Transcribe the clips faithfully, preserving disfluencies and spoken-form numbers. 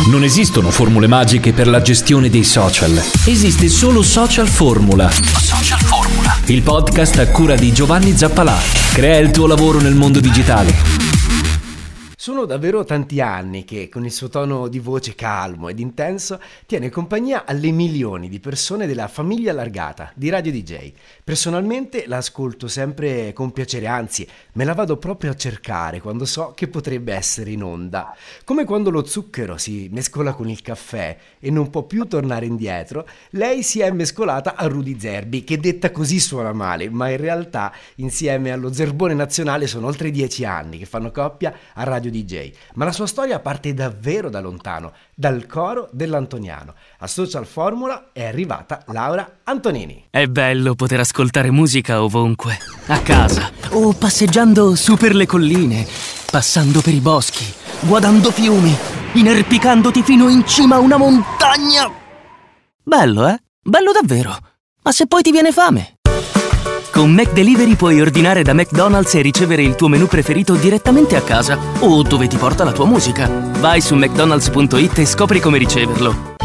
Non esistono formule magiche per la gestione dei social. Esiste solo Social Formula. Social Formula. Il podcast a cura di Giovanni Zappalà. Crea il tuo lavoro nel mondo digitale. Sono davvero tanti anni che, con il suo tono di voce calmo ed intenso, tiene compagnia alle milioni di persone della famiglia allargata di Radio D J. Personalmente la ascolto sempre con piacere, anzi me la vado proprio a cercare quando so che potrebbe essere in onda. Come quando lo zucchero si mescola con il caffè e non può più tornare indietro, lei si è mescolata a Rudy Zerbi, che detta così suona male, ma in realtà insieme allo Zerbone Nazionale sono oltre dieci anni che fanno coppia a Radio D J. Ma la sua storia parte davvero da lontano, dal coro dell'Antoniano. A Social Formula è arrivata Laura Antonini. È bello poter ascoltare musica ovunque, a casa o passeggiando su per le colline, passando per i boschi, guardando fiumi, inerpicandoti fino in cima a una montagna. Bello, eh? Bello davvero. Ma se poi ti viene fame? Con McDelivery puoi ordinare da McDonald's e ricevere il tuo menù preferito direttamente a casa o dove ti porta la tua musica. Vai su mcdonalds punto it e scopri come riceverlo.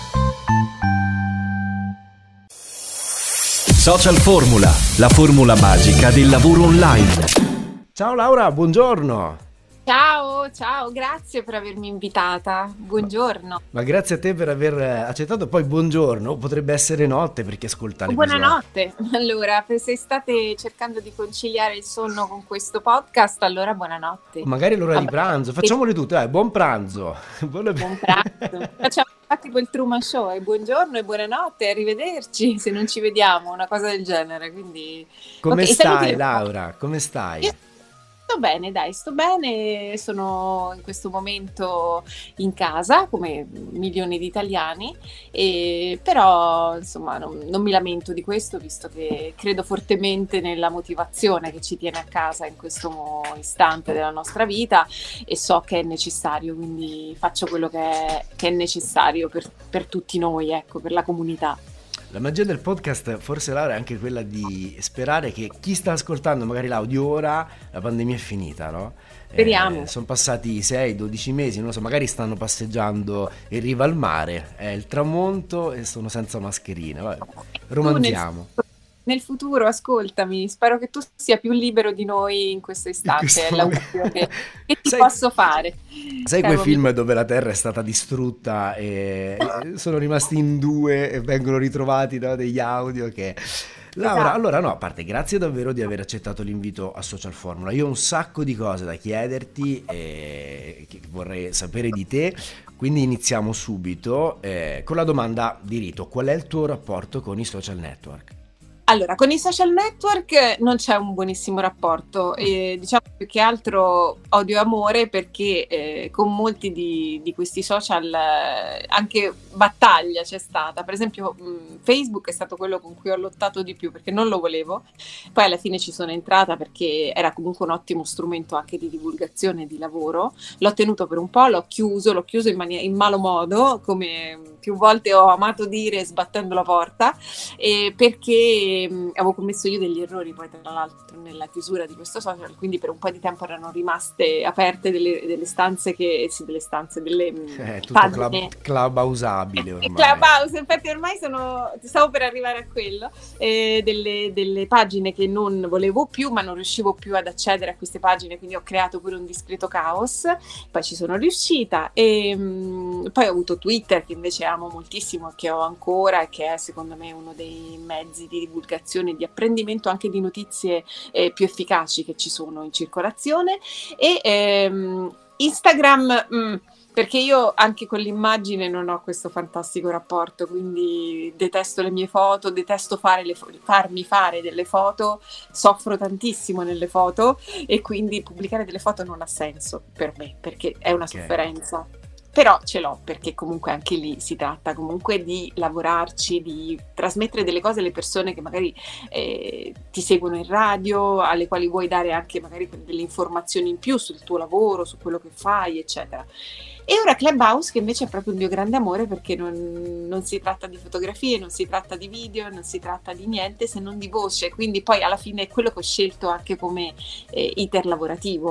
Social Formula, la formula magica del lavoro online. Ciao Laura, buongiorno. Ciao, ciao, grazie per avermi invitata. Buongiorno. Ma grazie a te per aver accettato. Poi buongiorno, potrebbe essere notte per chi ascolta l'episodio. Buonanotte. Allora, se state cercando di conciliare il sonno con questo podcast, allora buonanotte. Magari l'ora Vabbè. di pranzo, facciamole tutte, eh, buon pranzo. Buon pranzo. Facciamo infatti quel Truman Show, e buongiorno e buonanotte, arrivederci se non ci vediamo, una cosa del genere. Quindi come okay, stai Laura? Come stai? Io sto bene, dai, sto bene, sono in questo momento in casa come milioni di italiani, e però insomma non, non mi lamento di questo, visto che credo fortemente nella motivazione che ci tiene a casa in questo istante della nostra vita e so che è necessario, quindi faccio quello che è, che è necessario per, per tutti noi, ecco, per la comunità. La magia del podcast, forse Laura, è anche quella di sperare che chi sta ascoltando magari l'audio ora, la pandemia è finita, no? Speriamo. Eh, sono passati sei dodici mesi, non lo so, magari stanno passeggiando in riva al mare, è il tramonto e sono senza mascherine, vabbè, romanziamo. Nel futuro, ascoltami, spero che tu sia più libero di noi in questo istante, in questo è l'augurio che, che ti sai, posso fare. Sai quei film dove la Terra è stata distrutta e sono rimasti in due e vengono ritrovati, no, degli audio che... Laura, esatto. Allora no, a parte, grazie davvero di aver accettato l'invito a Social Formula. Io ho un sacco di cose da chiederti e che vorrei sapere di te, quindi iniziamo subito eh, con la domanda di rito. Qual è il tuo rapporto con i social network? Allora, con i social network non c'è un buonissimo rapporto, eh, diciamo più che altro odio e amore, perché eh, con molti di, di questi social eh, anche battaglia c'è stata. Per esempio mh, Facebook è stato quello con cui ho lottato di più perché non lo volevo, poi alla fine ci sono entrata perché era comunque un ottimo strumento anche di divulgazione e di lavoro. L'ho tenuto per un po', l'ho chiuso, l'ho chiuso in, mani- in malo modo, come più volte ho amato dire, sbattendo la porta, eh, perché avevo commesso io degli errori poi tra l'altro nella chiusura di questo social, quindi per un po' di tempo erano rimaste aperte delle, delle stanze che sì, delle stanze delle eh, tutto pagine club, clubhouseabile ormai. Clubhouse, infatti ormai sono stavo per arrivare a quello, eh, delle, delle pagine che non volevo più, ma non riuscivo più ad accedere a queste pagine, quindi ho creato pure un discreto caos. Poi ci sono riuscita e mh, poi ho avuto Twitter, che invece amo moltissimo, che ho ancora e che è secondo me uno dei mezzi di divulgazione, di apprendimento anche di notizie eh, più efficaci che ci sono in circolazione, e ehm, Instagram mh, perché io anche con l'immagine non ho questo fantastico rapporto, quindi detesto le mie foto, detesto fare le fo- farmi fare delle foto, soffro tantissimo nelle foto e quindi pubblicare delle foto non ha senso per me, perché è una okay. sofferenza. Però ce l'ho, perché comunque anche lì si tratta comunque di lavorarci, di trasmettere delle cose alle persone che magari eh, ti seguono in radio, alle quali vuoi dare anche magari delle informazioni in più sul tuo lavoro, su quello che fai, eccetera. E ora Clubhouse, che invece è proprio il mio grande amore, perché non, non si tratta di fotografie, non si tratta di video, non si tratta di niente se non di voce, quindi poi alla fine è quello che ho scelto anche come eh, iter lavorativo.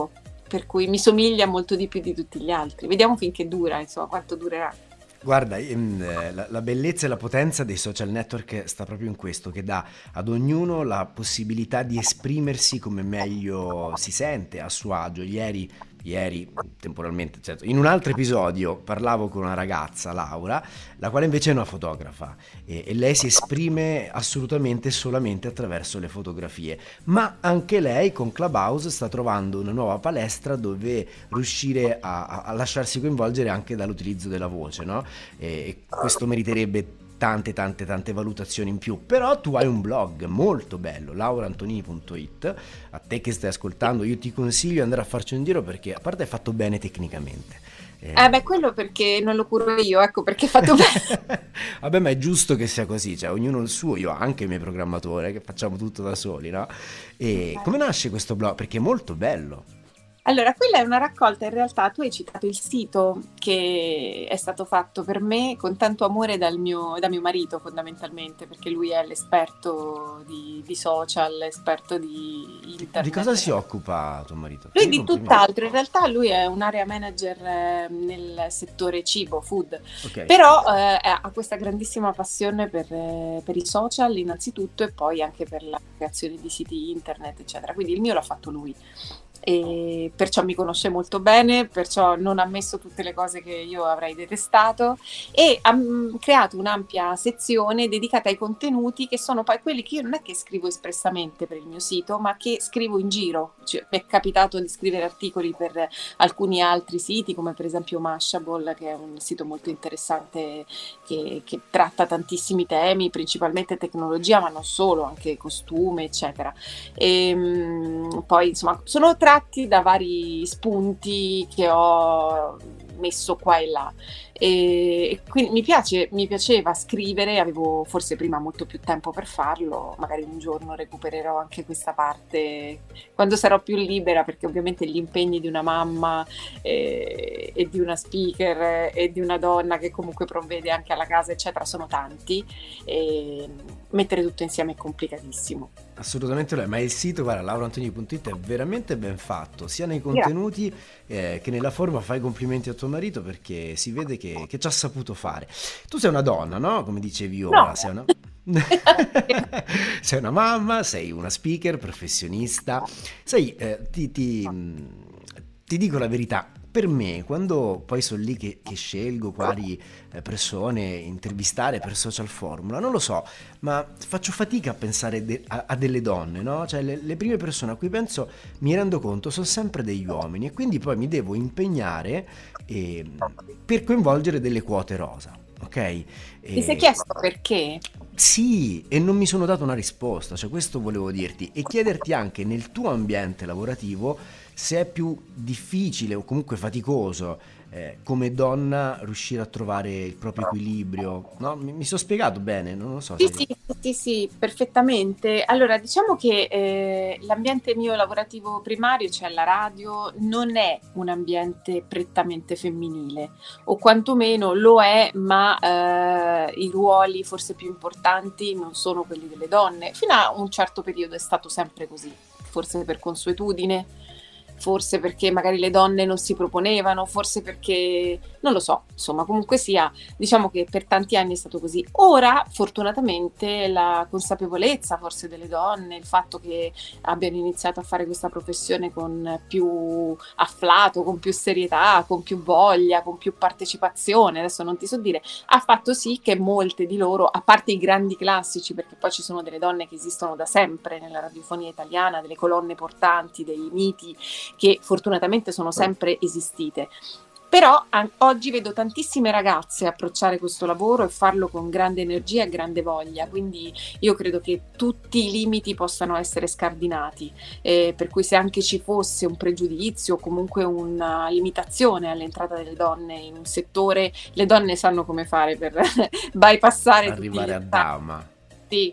per cui mi somiglia molto di più di tutti gli altri. Vediamo finché dura, insomma, quanto durerà. Guarda, ehm, la, la bellezza e la potenza dei social network sta proprio in questo, che dà ad ognuno la possibilità di esprimersi come meglio si sente, a suo agio. Ieri, ieri temporalmente, certo, in un altro episodio parlavo con una ragazza, Laura, la quale invece è una fotografa e, e lei si esprime assolutamente solamente attraverso le fotografie, ma anche lei con Clubhouse sta trovando una nuova palestra dove riuscire a, a lasciarsi coinvolgere anche dall'utilizzo della voce, no? E questo meriterebbe tante tante tante valutazioni in più. Però tu hai un blog molto bello, laura antonini punto it. A te che stai ascoltando io ti consiglio di andare a farci un giro, perché a parte è fatto bene tecnicamente, eh, eh beh quello perché non lo curo io, ecco perché è fatto bene. Vabbè, ma è giusto che sia così, cioè ognuno il suo. Io ho anche il mio programmatore, che facciamo tutto da soli, no? E come nasce questo blog? Perché è molto bello. Allora, quella è una raccolta, in realtà tu hai citato il sito che è stato fatto per me con tanto amore dal mio, da mio marito fondamentalmente, perché lui è l'esperto di, di social, esperto di internet. Di cosa si occupa tuo marito? Lui di tutt'altro, in realtà lui è un area manager nel settore cibo, food, okay. Però eh, ha questa grandissima passione per, eh, per i social innanzitutto, e poi anche per la creazione di siti internet, eccetera. Quindi il mio l'ha fatto lui. E perciò mi conosce molto bene, perciò non ha messo tutte le cose che io avrei detestato, e ha m- creato un'ampia sezione dedicata ai contenuti che sono poi quelli che io non è che scrivo espressamente per il mio sito, ma che scrivo in giro. Cioè, mi è capitato di scrivere articoli per alcuni altri siti, come per esempio Mashable, che è un sito molto interessante che, che tratta tantissimi temi, principalmente tecnologia, ma non solo, anche costume, eccetera. E, mh, poi insomma sono tra da vari spunti che ho messo qua e là, e quindi mi piace, mi piaceva scrivere. Avevo forse prima molto più tempo per farlo, magari un giorno recupererò anche questa parte quando sarò più libera, perché ovviamente gli impegni di una mamma eh, e di una speaker e di una donna che comunque provvede anche alla casa eccetera sono tanti, e mettere tutto insieme è complicatissimo. Assolutamente no, ma il sito, guarda, laura antonini punto it è veramente ben fatto, sia nei contenuti eh, che nella forma. Fai complimenti a tuo marito, perché si vede che, che ci ha saputo fare. Tu sei una donna, no? Come dicevi ora, no. sei una... sei una mamma, sei una speaker professionista. Sai, eh, ti, ti, ti dico la verità. Per me, quando poi sono lì che, che scelgo quali persone intervistare per Social Formula, non lo so, ma faccio fatica a pensare de- a, a delle donne, no? Cioè le, le prime persone a cui penso, mi rendo conto, sono sempre degli uomini, e quindi poi mi devo impegnare eh, per coinvolgere delle quote rosa, ok? E... Ti sei chiesto perché? Sì, e non mi sono dato una risposta, cioè questo volevo dirti, e chiederti anche nel tuo ambiente lavorativo se è più difficile o comunque faticoso eh, come donna riuscire a trovare il proprio equilibrio, no? Mi, mi sono spiegato bene, non lo so. Sì, se... sì, sì, sì, perfettamente. Allora, diciamo che eh, l'ambiente mio lavorativo primario, cioè la radio, non è un ambiente prettamente femminile, o quantomeno lo è, ma eh, i ruoli forse più importanti non sono quelli delle donne. Fino a un certo periodo è stato sempre così, forse per consuetudine, forse perché magari le donne non si proponevano, forse perché non lo so, insomma, comunque sia, diciamo che per tanti anni è stato così. Ora, fortunatamente, la consapevolezza forse delle donne, il fatto che abbiano iniziato a fare questa professione con più afflato, con più serietà, con più voglia, con più partecipazione, adesso non ti so dire, ha fatto sì che molte di loro, a parte i grandi classici, perché poi ci sono delle donne che esistono da sempre nella radiofonia italiana, delle colonne portanti, dei miti che fortunatamente sono sempre esistite. Però an- oggi vedo tantissime ragazze approcciare questo lavoro e farlo con grande energia e grande voglia, quindi io credo che tutti i limiti possano essere scardinati, eh, per cui se anche ci fosse un pregiudizio o comunque una limitazione all'entrata delle donne in un settore, le donne sanno come fare per bypassare arrivare tutti a dama. Sì.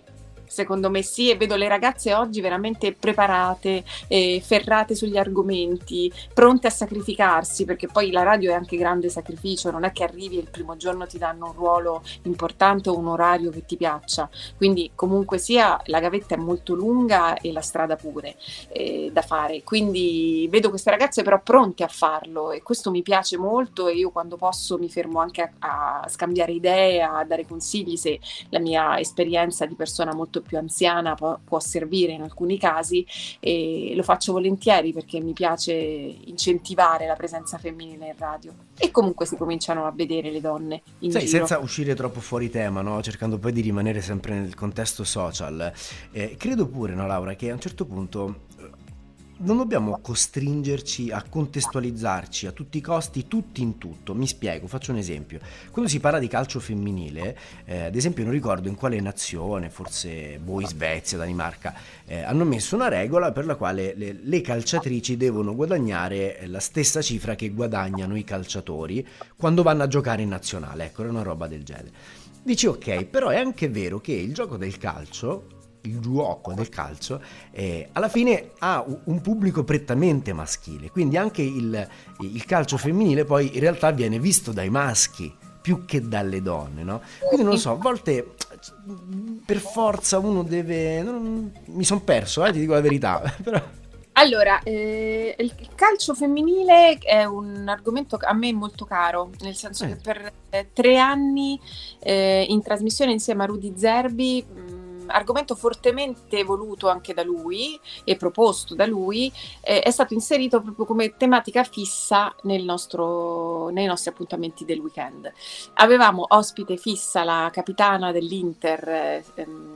Secondo me sì, e vedo le ragazze oggi veramente preparate, eh, ferrate sugli argomenti, pronte a sacrificarsi, perché poi la radio è anche grande sacrificio, non è che arrivi e il primo giorno ti danno un ruolo importante o un orario che ti piaccia, quindi comunque sia la gavetta è molto lunga e la strada pure eh, da fare, quindi vedo queste ragazze però pronte a farlo e questo mi piace molto e io quando posso mi fermo anche a, a scambiare idee, a dare consigli se la mia esperienza di persona molto più anziana può, può servire in alcuni casi e lo faccio volentieri perché mi piace incentivare la presenza femminile in radio e comunque si cominciano a vedere le donne in Sai, giro. senza uscire troppo fuori tema, no? Cercando poi di rimanere sempre nel contesto social, eh, credo pure, no, Laura, che a un certo punto non dobbiamo costringerci a contestualizzarci a tutti i costi, tutti in tutto. Mi spiego, faccio un esempio. Quando si parla di calcio femminile, eh, ad esempio non ricordo in quale nazione, forse boh, in Svezia, Danimarca, eh, hanno messo una regola per la quale le, le calciatrici devono guadagnare la stessa cifra che guadagnano i calciatori quando vanno a giocare in nazionale. Ecco, è una roba del genere. Dici ok, però è anche vero che il gioco del calcio, il gioco del calcio eh, alla fine ha un pubblico prettamente maschile, quindi anche il, il calcio femminile poi in realtà viene visto dai maschi più che dalle donne, no? Quindi non lo so, a volte per forza uno deve non, mi son perso, eh, ti dico la verità però... Allora, eh, il calcio femminile è un argomento a me molto caro, nel senso eh. che per eh, tre anni eh, in trasmissione insieme a Rudy Zerbi mh, argomento fortemente voluto anche da lui e proposto da lui, eh, è stato inserito proprio come tematica fissa nel nostro, nei nostri appuntamenti del weekend. Avevamo ospite fissa la capitana dell'Inter, ehm,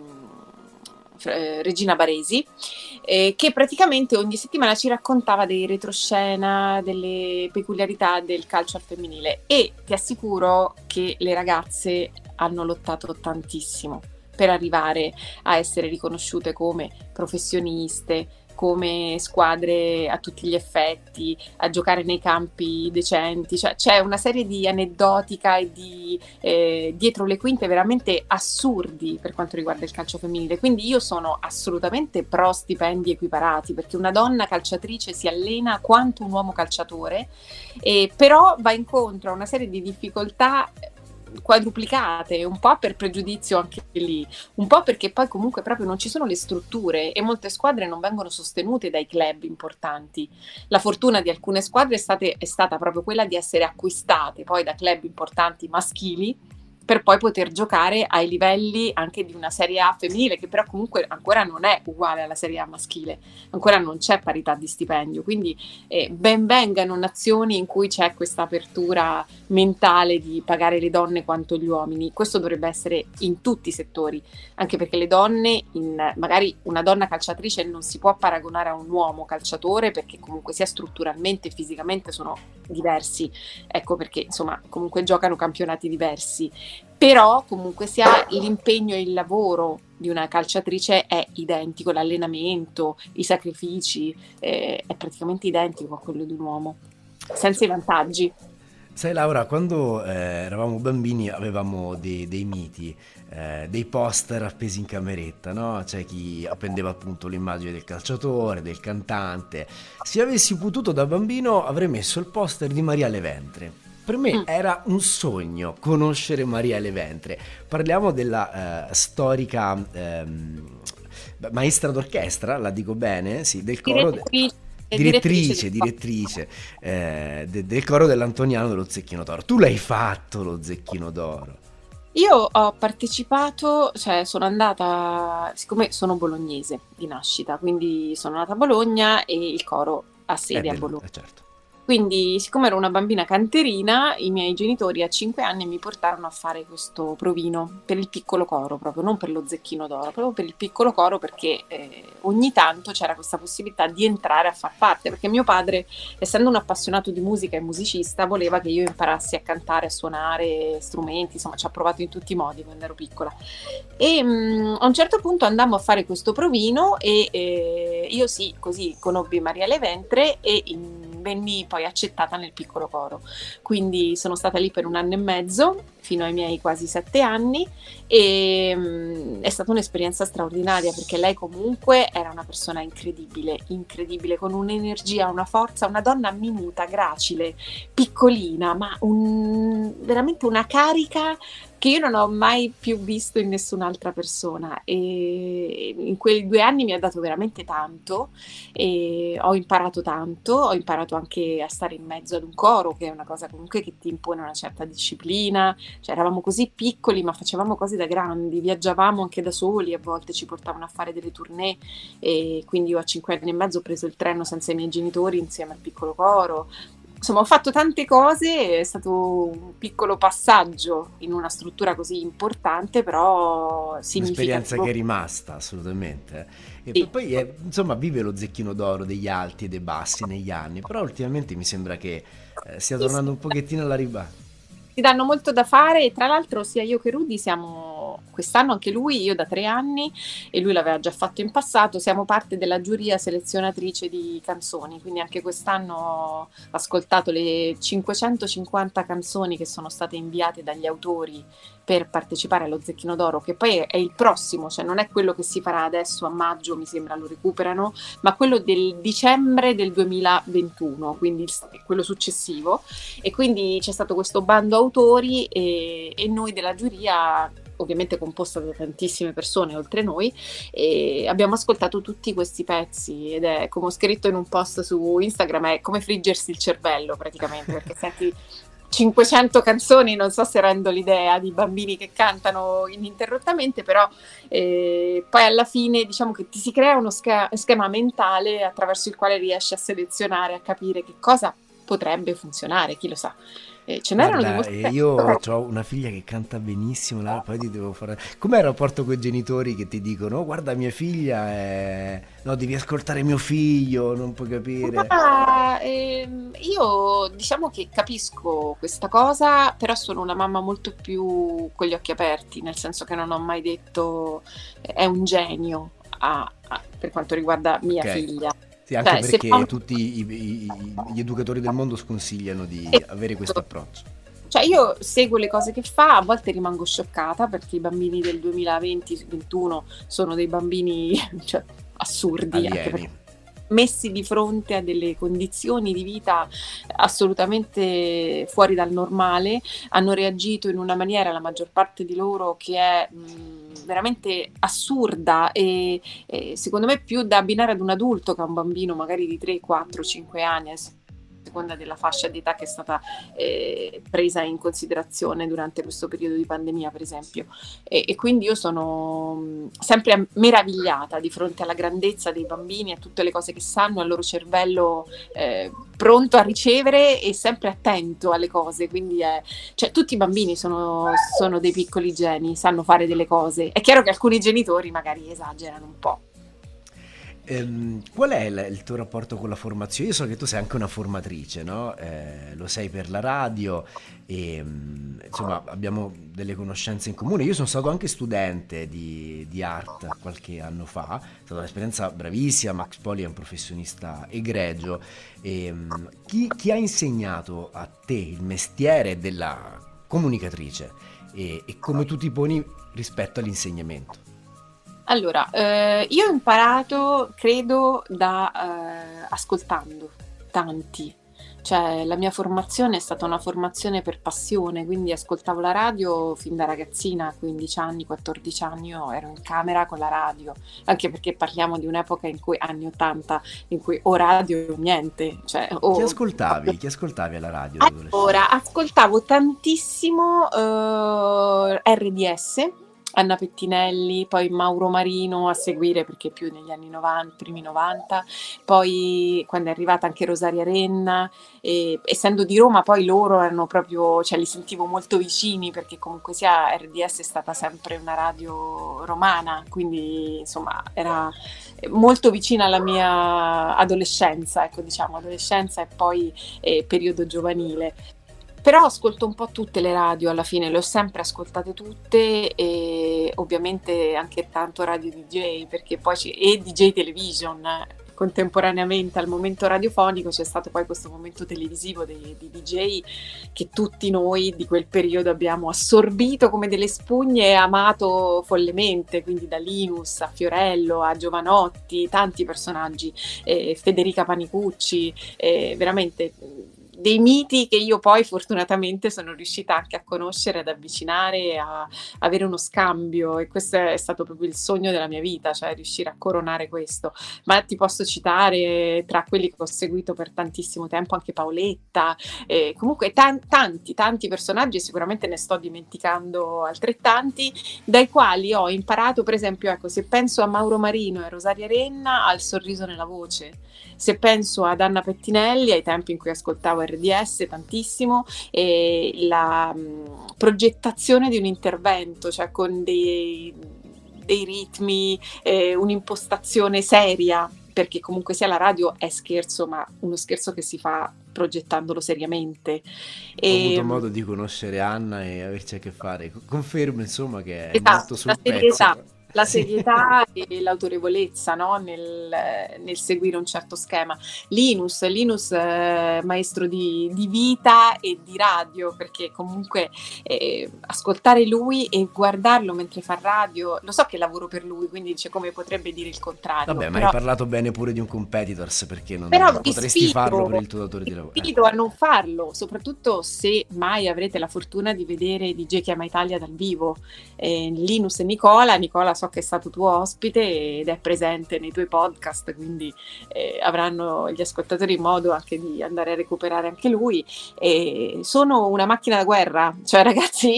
Regina Baresi, eh, che praticamente ogni settimana ci raccontava dei retroscena, delle peculiarità del calcio al femminile e ti assicuro che le ragazze hanno lottato tantissimo per arrivare a essere riconosciute come professioniste, come squadre a tutti gli effetti, a giocare nei campi decenti, cioè c'è una serie di aneddotica e di eh, dietro le quinte veramente assurdi per quanto riguarda il calcio femminile, quindi io sono assolutamente pro stipendi equiparati perché una donna calciatrice si allena quanto un uomo calciatore, eh, però va incontro a una serie di difficoltà quadruplicate, un po' per pregiudizio anche lì, un po' perché poi comunque proprio non ci sono le strutture e molte squadre non vengono sostenute dai club importanti. La fortuna di alcune squadre è, state, è stata proprio quella di essere acquistate poi da club importanti maschili per poi poter giocare ai livelli anche di una Serie A femminile, che però comunque ancora non è uguale alla Serie A maschile, ancora non c'è parità di stipendio, quindi eh, ben vengano nazioni in cui c'è questa apertura mentale di pagare le donne quanto gli uomini. Questo dovrebbe essere in tutti i settori, anche perché le donne, in, magari una donna calciatrice non si può paragonare a un uomo calciatore perché comunque sia strutturalmente e fisicamente sono diversi, ecco perché insomma comunque giocano campionati diversi, però comunque sia l'impegno e il lavoro di una calciatrice è identico, l'allenamento, i sacrifici eh, è praticamente identico a quello di un uomo, senza i vantaggi. Sai Laura, quando eh, eravamo bambini avevamo dei, dei miti, eh, dei poster appesi in cameretta, no? C'è chi appendeva appunto l'immagine del calciatore, del cantante. Se avessi potuto da bambino avrei messo il poster di Maria Leventre. Per me mm. era un sogno conoscere Maria Leventre. Parliamo della eh, storica ehm, maestra d'orchestra, la dico bene? Sì, del coro... De- direttrice, direttrice eh, de- del coro dell'Antoniano dello Zecchino d'Oro. Tu l'hai fatto lo Zecchino d'Oro? Io ho partecipato, cioè sono andata, siccome sono bolognese di nascita, quindi sono nata a Bologna e il coro ha sede a Bologna. Eh, certo. Quindi, siccome ero una bambina canterina, i miei genitori a cinque anni mi portarono a fare questo provino per il piccolo coro, proprio non per lo Zecchino d'Oro, proprio per il piccolo coro, perché eh, ogni tanto c'era questa possibilità di entrare a far parte, perché mio padre, essendo un appassionato di musica e musicista, voleva che io imparassi a cantare, a suonare strumenti, insomma ci ha provato in tutti i modi quando ero piccola. E mh, a un certo punto andammo a fare questo provino e eh, io sì, così conobbi Maria Leventre e in venni poi accettata nel piccolo coro. Quindi sono stata lì per un anno e mezzo, fino ai miei quasi sette anni, e mh, è stata un'esperienza straordinaria, perché lei comunque era una persona incredibile, incredibile, con un'energia, una forza, una donna minuta, gracile, piccolina, ma un, veramente una carica che io non ho mai più visto in nessun'altra persona, e in quei due anni mi ha dato veramente tanto, e ho imparato tanto, ho imparato anche a stare in mezzo ad un coro, che è una cosa comunque che ti impone una certa disciplina, cioè eravamo così piccoli ma facevamo cose da grandi, viaggiavamo anche da soli, a volte ci portavano a fare delle tournée, e quindi io a cinque anni e mezzo ho preso il treno senza i miei genitori insieme al piccolo coro. Insomma, ho fatto tante cose, è stato un piccolo passaggio in una struttura così importante, però significativo. Un'esperienza che è rimasta, assolutamente. E Sì. poi, è, insomma, vive lo Zecchino d'Oro degli alti e dei bassi negli anni, però ultimamente mi sembra che eh, stia tornando un pochettino alla ribalta. Ti danno molto da fare, e tra l'altro sia io che Rudy siamo quest'anno, anche lui, io da tre anni e lui l'aveva già fatto in passato, siamo parte della giuria selezionatrice di canzoni, quindi anche quest'anno ho ascoltato le cinquecentocinquanta canzoni che sono state inviate dagli autori per partecipare allo Zecchino d'Oro, che poi è il prossimo, cioè non è quello che si farà adesso a maggio, mi sembra lo recuperano, ma quello del dicembre del duemilaventuno, quindi quello successivo. E quindi c'è stato questo bando autori, e, e noi della giuria, ovviamente composta da tantissime persone oltre noi, e abbiamo ascoltato tutti questi pezzi, ed è, come ho scritto in un post su Instagram, è come friggersi il cervello praticamente, perché senti cinquecento canzoni, non so se rendo l'idea, di bambini che cantano ininterrottamente, però eh, poi alla fine diciamo che ti si crea uno schema, schema mentale attraverso il quale riesci a selezionare, a capire che cosa potrebbe funzionare, chi lo sa. Eh, ce n'erano Guarda, di eh, molti- io ho una figlia che canta benissimo, là, poi ti devo fare... Com'è il rapporto con i genitori che ti dicono: "Oh, guarda, mia figlia è... no, devi ascoltare mio figlio, non puoi capire"? Ma, ehm, io diciamo che capisco questa cosa, però sono una mamma molto più con gli occhi aperti, nel senso che non ho mai detto eh, è un genio a- a- per quanto riguarda mia Ok. figlia. Sì, anche Cioè, se perché fa- tutti i- i- gli educatori del mondo sconsigliano di Esatto. avere questo approccio. Cioè io seguo le cose che fa, a volte rimango scioccata perché i bambini del duemilaventi ventuno sono dei bambini cioè, assurdi, anche perché Alieni. messi di fronte a delle condizioni di vita assolutamente fuori dal normale, hanno reagito in una maniera, la maggior parte di loro, che è mh, veramente assurda, e, e secondo me più da abbinare ad un adulto che a un bambino magari di tre, quattro, cinque anni, a seconda della fascia di età che è stata eh, presa in considerazione durante questo periodo di pandemia, per esempio. E, e quindi io sono mh, sempre meravigliata di fronte alla grandezza dei bambini, a tutte le cose che sanno, al loro cervello eh, pronto a ricevere e sempre attento alle cose. Quindi è, cioè, tutti i bambini sono, sono dei piccoli geni, sanno fare delle cose. È chiaro che alcuni genitori magari esagerano un po'. Ehm, qual è il, il tuo rapporto con la formazione? Io so che tu sei anche una formatrice, no? Eh, lo sei per la radio e mm, insomma abbiamo delle conoscenze in comune. Io sono stato anche studente di, di art qualche anno fa, è stata un'esperienza bravissima. Max Poli è un professionista egregio. E, mm, chi, chi ha insegnato a te il mestiere della comunicatrice e, e come tu ti poni rispetto all'insegnamento? Allora, eh, io ho imparato, credo, da eh, ascoltando tanti. Cioè, la mia formazione è stata una formazione per passione, quindi ascoltavo la radio fin da ragazzina, a quindici anni, quattordici anni, io ero in camera con la radio, anche perché parliamo di un'epoca in cui, anni ottanta, in cui o radio o niente. Cioè, o... Chi ascoltavi? Chi ascoltavi alla radio? da adolescente? Allora, ascoltavo tantissimo eh, R D S, Anna Pettinelli, poi Mauro Marino a seguire perché più negli anni novanta, primi novanta, poi quando è arrivata anche Rosaria Renna, e, essendo di Roma poi loro erano proprio, cioè li sentivo molto vicini, perché comunque sia R D S è stata sempre una radio romana, quindi insomma era molto vicina alla mia adolescenza, ecco, diciamo adolescenza e poi eh, periodo giovanile. Però ascolto un po' tutte le radio, alla fine le ho sempre ascoltate tutte, e ovviamente anche tanto radio D J, perché poi ci, e D J television, contemporaneamente al momento radiofonico c'è stato poi questo momento televisivo dei, dei D J che tutti noi di quel periodo abbiamo assorbito come delle spugne e amato follemente, quindi da Linus a Fiorello a Giovanotti, tanti personaggi, eh, Federica Panicucci, eh, veramente dei miti che io poi fortunatamente sono riuscita anche a conoscere, ad avvicinare, a avere uno scambio, e questo è stato proprio il sogno della mia vita, cioè riuscire a coronare questo. Ma ti posso citare tra quelli che ho seguito per tantissimo tempo anche Paoletta, eh, comunque tan- tanti tanti personaggi, e sicuramente ne sto dimenticando altrettanti, dai quali ho imparato, per esempio, ecco, se penso a Mauro Marino e Rosaria Renna, al sorriso nella voce. Se penso ad Anna Pettinelli, ai tempi in cui ascoltavo R D S tantissimo, e la mh, progettazione di un intervento, cioè con dei, dei ritmi, eh, un'impostazione seria, perché comunque sia la radio è scherzo, ma uno scherzo che si fa progettandolo seriamente. Ho E, avuto modo di conoscere Anna e averci a che fare. Confermo, insomma, che è esatto, molto sul la serietà. pezzo. La Sì. serietà e l'autorevolezza, no? nel, nel seguire un certo schema. Linus, Linus eh, maestro di, di vita e di radio, perché comunque eh, ascoltare lui e guardarlo mentre fa radio, lo so che lavoro per lui, quindi dice come potrebbe dire il contrario. Vabbè, ma però, hai parlato bene pure di un competitors, perché non, però non vi potresti sfido, farlo per il tuo datore di vi lavoro? Eh. sfido a non farlo, soprattutto se mai avrete la fortuna di vedere D J Chiama Italia dal vivo. Eh, Linus e Nicola, Nicola so che è stato tuo ospite ed è presente nei tuoi podcast, quindi eh, avranno gli ascoltatori modo anche di andare a recuperare anche lui. E sono una macchina da guerra, cioè ragazzi,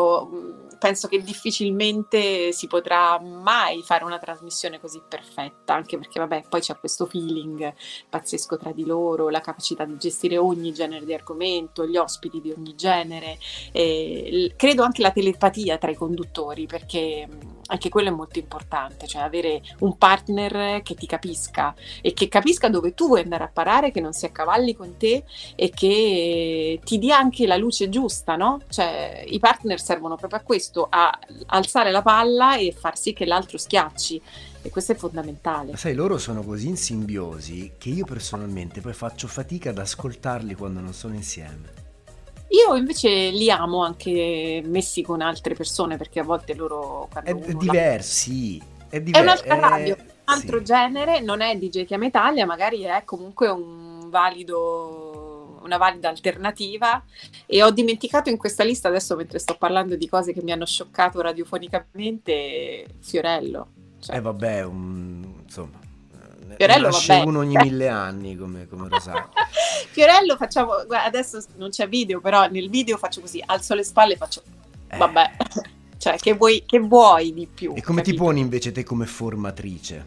io penso che difficilmente si potrà mai fare una trasmissione così perfetta, anche perché vabbè, poi c'è questo feeling pazzesco tra di loro, la capacità di gestire ogni genere di argomento, gli ospiti di ogni genere, e credo anche la telepatia tra i conduttori, perché anche quello è molto importante, cioè avere un partner che ti capisca e che capisca dove tu vuoi andare a parare, che non si accavalli con te e che ti dia anche la luce giusta, no? Cioè i partner servono proprio a questo, a alzare la palla e far sì che l'altro schiacci, e questo è fondamentale. Ma sai, loro sono così in simbiosi che io personalmente poi faccio fatica ad ascoltarli quando non sono insieme. Io invece li amo anche messi con altre persone, perché a volte loro quando È, uno è la- diverso, sì, è è diverso. un'altra radio, un altro sì. genere, non è D J Chiama Italia, magari è comunque un valido, una valida alternativa. E ho dimenticato in questa lista, adesso mentre sto parlando di cose che mi hanno scioccato radiofonicamente, Fiorello. Cioè, Eh vabbè, un- insomma, ne Fiorello, nasce vabbè. uno ogni mille anni come, come Rosario. Fiorello facciamo, guarda, adesso non c'è video, però nel video faccio così, alzo le spalle e faccio, Eh. vabbè, cioè che vuoi, che vuoi di più? E come ti capito? poni invece te come formatrice?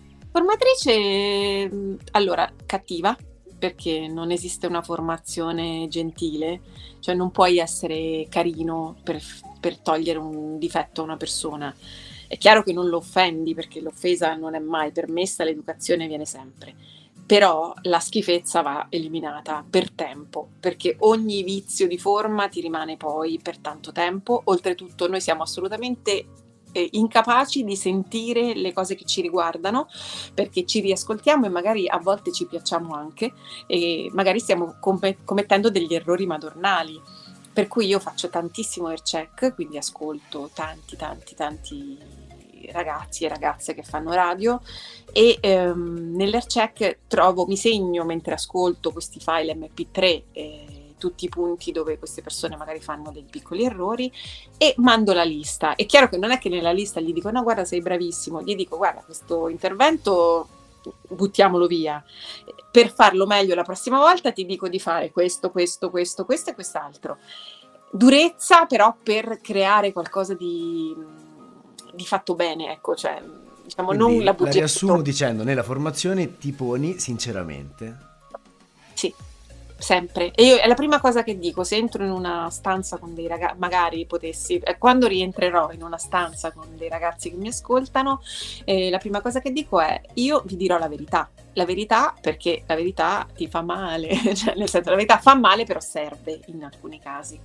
Formatrice, mh, allora, cattiva, perché non esiste una formazione gentile, cioè non puoi essere carino per, per togliere un difetto a una persona. È chiaro che non lo offendi, perché l'offesa non è mai permessa, l'educazione viene sempre. Però la schifezza va eliminata per tempo, perché ogni vizio di forma ti rimane poi per tanto tempo. Oltretutto noi siamo assolutamente eh, incapaci di sentire le cose che ci riguardano, perché ci riascoltiamo e magari a volte ci piacciamo anche, e magari stiamo com- commettendo degli errori madornali. Per cui io faccio tantissimo air check, quindi ascolto tanti tanti tanti ragazzi e ragazze che fanno radio, e ehm, nell'air check trovo, mi segno mentre ascolto questi file emme pi tre, eh, tutti i punti dove queste persone magari fanno dei piccoli errori, e mando la lista. È chiaro che non è che nella lista gli dico no guarda sei bravissimo, gli dico guarda questo intervento buttiamolo via, per farlo meglio la prossima volta ti dico di fare questo, questo, questo, questo e quest'altro. Durezza però per creare qualcosa di, di fatto bene, ecco, cioè diciamo Quindi non la la bugetto. riassumo dicendo, nella formazione ti poni sinceramente. Sì, sempre. E io è la prima cosa che dico, se entro in una stanza con dei ragazzi, magari potessi, eh, quando rientrerò in una stanza con dei ragazzi che mi ascoltano, eh, la prima cosa che dico è io vi dirò la verità. La verità, perché la verità ti fa male, cioè nel senso la verità fa male però serve in alcuni casi.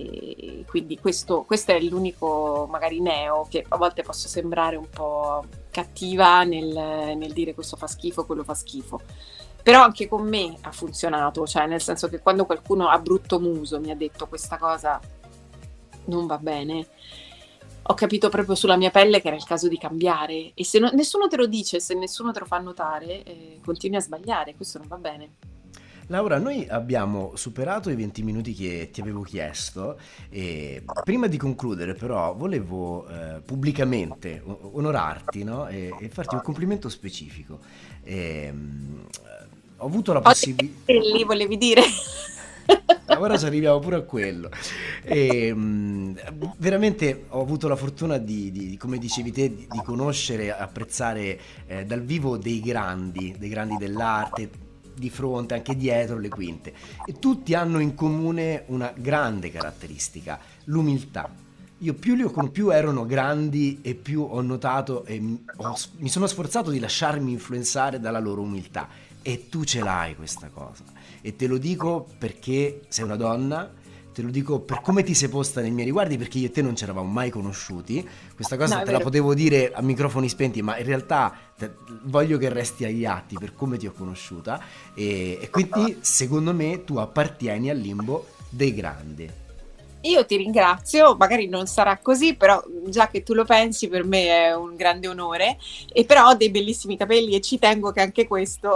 E quindi questo, questo è l'unico magari neo che a volte posso sembrare un po' cattiva nel, nel dire questo fa schifo, quello fa schifo. Però anche con me ha funzionato, cioè nel senso che quando qualcuno a brutto muso mi ha detto questa cosa non va bene, ho capito proprio sulla mia pelle che era il caso di cambiare. E se no, nessuno te lo dice, se nessuno te lo fa notare, eh, continui a sbagliare, questo non va bene. Laura, noi abbiamo superato i venti minuti che ti avevo chiesto e prima di concludere però volevo eh, pubblicamente onorarti, no? e, e farti un complimento specifico. E, um, ho avuto la possibilità... Lì volevi dire... Ora ci arriviamo pure a quello. E, um, veramente ho avuto la fortuna di, di come dicevi te, di, di conoscere, apprezzare eh, dal vivo dei grandi, dei grandi dell'arte, di fronte, anche dietro le quinte, e tutti hanno in comune una grande caratteristica: l'umiltà. Io più li ho con più erano grandi e più ho notato e ho, mi sono sforzato di lasciarmi influenzare dalla loro umiltà, e tu ce l'hai questa cosa, e te lo dico perché sei una donna, te lo dico per come ti sei posta nei miei riguardi, perché io e te non ci eravamo mai conosciuti. Questa cosa no, te la potevo dire a microfoni spenti, ma in realtà te, voglio che resti agli atti per come ti ho conosciuta, e, e quindi secondo me tu appartieni al limbo dei grandi. Io ti ringrazio, magari non sarà così, però già che tu lo pensi per me è un grande onore, e però ho dei bellissimi capelli e ci tengo che anche questo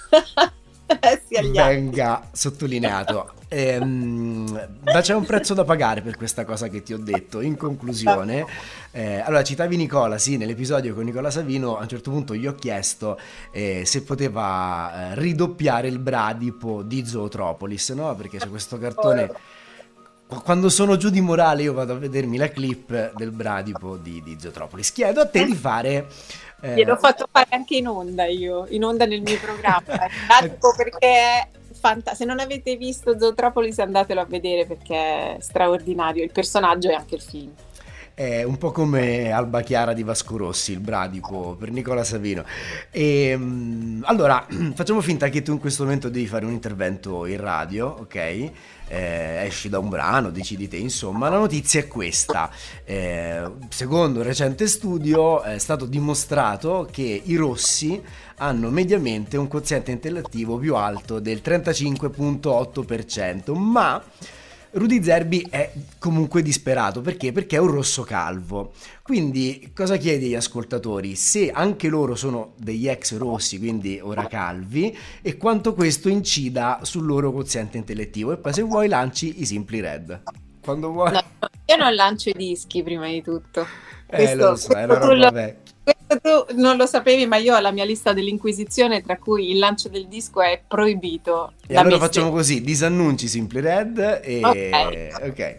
venga sottolineato. Ehm, ma c'è un prezzo da pagare per questa cosa che ti ho detto. In conclusione, eh, allora citavi Nicola, sì, nell'episodio con Nicola Savino a un certo punto gli ho chiesto eh, se poteva eh, ridoppiare il bradipo di Zootropolis, no? Perché c'è questo cartone, quando sono giù di morale io vado a vedermi la clip del bradipo di, di Zootropolis. Chiedo a te di fare... Eh... Gliel'ho fatto fare anche in onda io, in onda nel mio programma, perché è fanta- se non avete visto Zootropolis andatelo a vedere perché è straordinario, il personaggio e anche il film. È un po' come Alba Chiara di Vasco Rossi, il bradipo per Nicola Savino. E, allora, facciamo finta che tu in questo momento devi fare un intervento in radio, ok? Eh, esci da un brano, decidi te, insomma. La notizia è questa: eh, secondo un recente studio è stato dimostrato che i rossi hanno mediamente un quoziente intellettivo più alto del trentacinque virgola otto per cento, ma Rudy Zerbi è comunque disperato. Perché? Perché è un rosso calvo. Quindi cosa chiedi agli ascoltatori? Se anche loro sono degli ex rossi, quindi ora calvi, e quanto questo incida sul loro quoziente intellettivo. E poi se vuoi lanci i Simply Red. Quando vuoi. No, io non lancio i dischi prima di tutto. Eh, questo, lo so, è una roba vecchia. Questo tu non lo sapevi, ma io ho la mia lista dell'Inquisizione, tra cui il lancio del disco è proibito. E allora facciamo così: disannunci Simply Red e... Ok. Ok.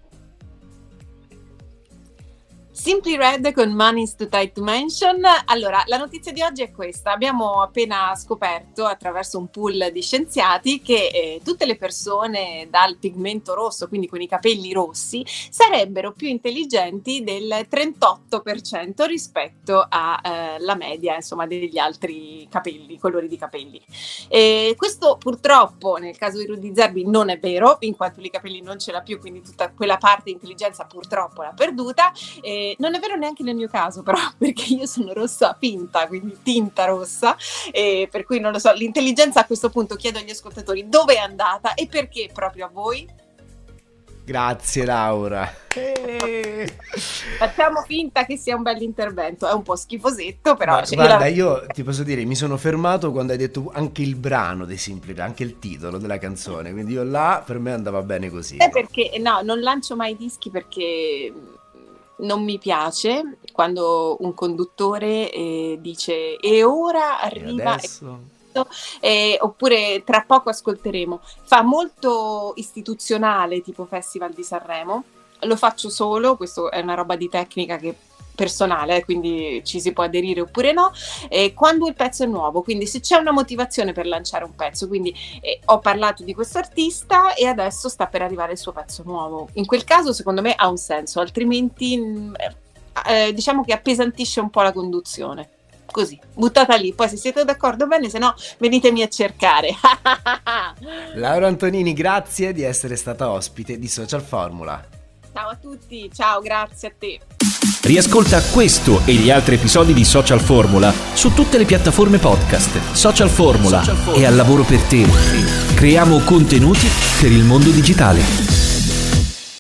Simply Red con Money's Too Tight to Mention. Allora, la notizia di oggi è questa. Abbiamo appena scoperto attraverso un pool di scienziati che eh, tutte le persone dal pigmento rosso, quindi con i capelli rossi, sarebbero più intelligenti del trentotto per cento rispetto alla eh, media, insomma, degli altri capelli, colori di capelli. E questo purtroppo nel caso di Rudy Zerbi non è vero, in quanto i capelli non ce l'ha più, quindi tutta quella parte di intelligenza purtroppo l'ha perduta. E non è vero neanche nel mio caso, però, perché io sono rossa finta, quindi tinta rossa, e per cui non lo so, l'intelligenza a questo punto chiedo agli ascoltatori dove è andata e perché proprio a voi. Grazie Laura. Eh. Facciamo finta che sia un bell'intervento, è un po' schifosetto, però... Ma, cioè, guarda, la... io ti posso dire, mi sono fermato quando hai detto anche il brano dei Simply, anche il titolo della canzone, quindi io là per me andava bene così. È perché, no, non lancio mai dischi perché... non mi piace quando un conduttore eh, dice e ora arriva e adesso? Eh, oppure tra poco ascolteremo. Fa molto istituzionale, tipo Festival di Sanremo. Lo faccio solo, questo è una roba di tecnica che personale, quindi ci si può aderire oppure no, eh, quando il pezzo è nuovo, quindi se c'è una motivazione per lanciare un pezzo, quindi eh, ho parlato di questo artista e adesso sta per arrivare il suo pezzo nuovo, in quel caso secondo me ha un senso, altrimenti eh, diciamo che appesantisce un po' la conduzione. Così, buttata lì, poi se siete d'accordo bene, se no venitemi a cercare. Laura Antonini, grazie di essere stata ospite di Social Formula. Ciao a tutti, ciao, grazie a te. Riascolta questo e gli altri episodi di Social Formula su tutte le piattaforme podcast. Social Formula è al lavoro per te. Creiamo contenuti per il mondo digitale.